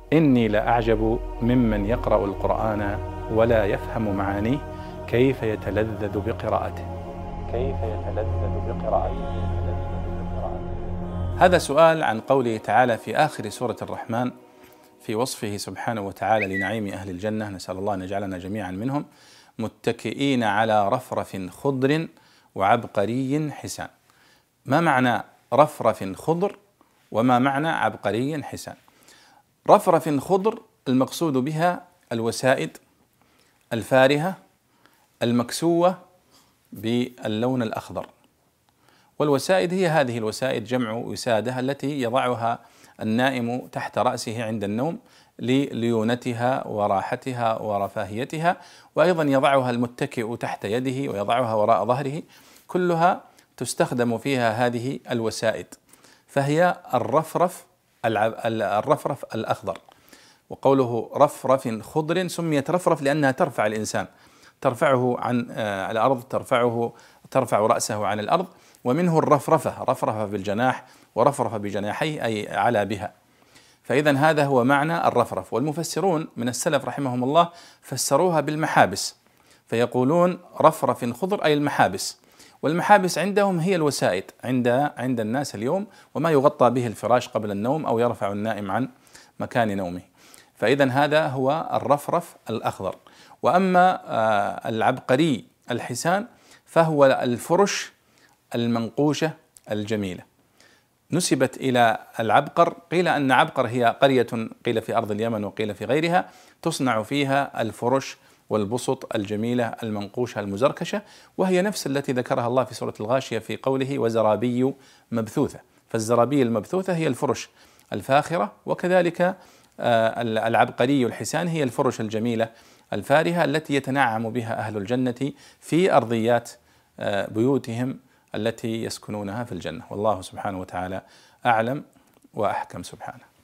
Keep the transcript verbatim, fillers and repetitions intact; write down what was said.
إني لأعجب ممن يقرأ القرآن ولا يفهم معانيه كيف يتلذذ بقراءته كيف يتلذذ بقراءته هذا سؤال عن قوله تعالى في آخر سورة الرحمن في وصفه سبحانه وتعالى لنعيم أهل الجنة، نسأل الله أن يجعلنا جميعا منهم، متكئين على رفرف خضر وعبقري حسان. ما معنى رفرف خضر وما معنى عبقري حسان؟ رفرف خضر المقصود بها الوسائد الفارهة المكسوة باللون الأخضر، والوسائد هي هذه الوسائد جمع وسادة التي يضعها النائم تحت رأسه عند النوم لليونتها وراحتها ورفاهيتها، وأيضا يضعها المتكئ تحت يده ويضعها وراء ظهره، كلها تستخدم فيها هذه الوسائد، فهي الرفرف الرفرف الأخضر. وقوله رفرف خضر سميت رفرف لأنها ترفع الإنسان، ترفعه عن الأرض، ترفعه ترفع رأسه عن الأرض، ومنه الرفرفة، رفرفة بالجناح ورفرفة بجناحيه أي على بها. فإذا هذا هو معنى الرفرف. والمفسرون من السلف رحمهم الله فسروها بالمحابس، فيقولون رفرف خضر أي المحابس، والمحابس عندهم هي الوسائد عند عند الناس اليوم، وما يغطى به الفراش قبل النوم أو يرفع النائم عن مكان نومه. فإذا هذا هو الرفرف الأخضر. وأما العبقري الحسان فهو الفرش المنقوشة الجميلة، نسبت إلى العبقر، قيل أن عبقر هي قرية قيل في أرض اليمن وقيل في غيرها تصنع فيها الفرش والبسط الجميلة المنقوشة المزركشة، وهي نفس التي ذكرها الله في سورة الغاشية في قوله وزرابي مبثوثة. فالزرابي المبثوثة هي الفرش الفاخرة، وكذلك العبقري الحسان هي الفرش الجميلة الفارهة التي يتنعم بها أهل الجنة في أرضيات بيوتهم التي يسكنونها في الجنة. والله سبحانه وتعالى أعلم وأحكم سبحانه.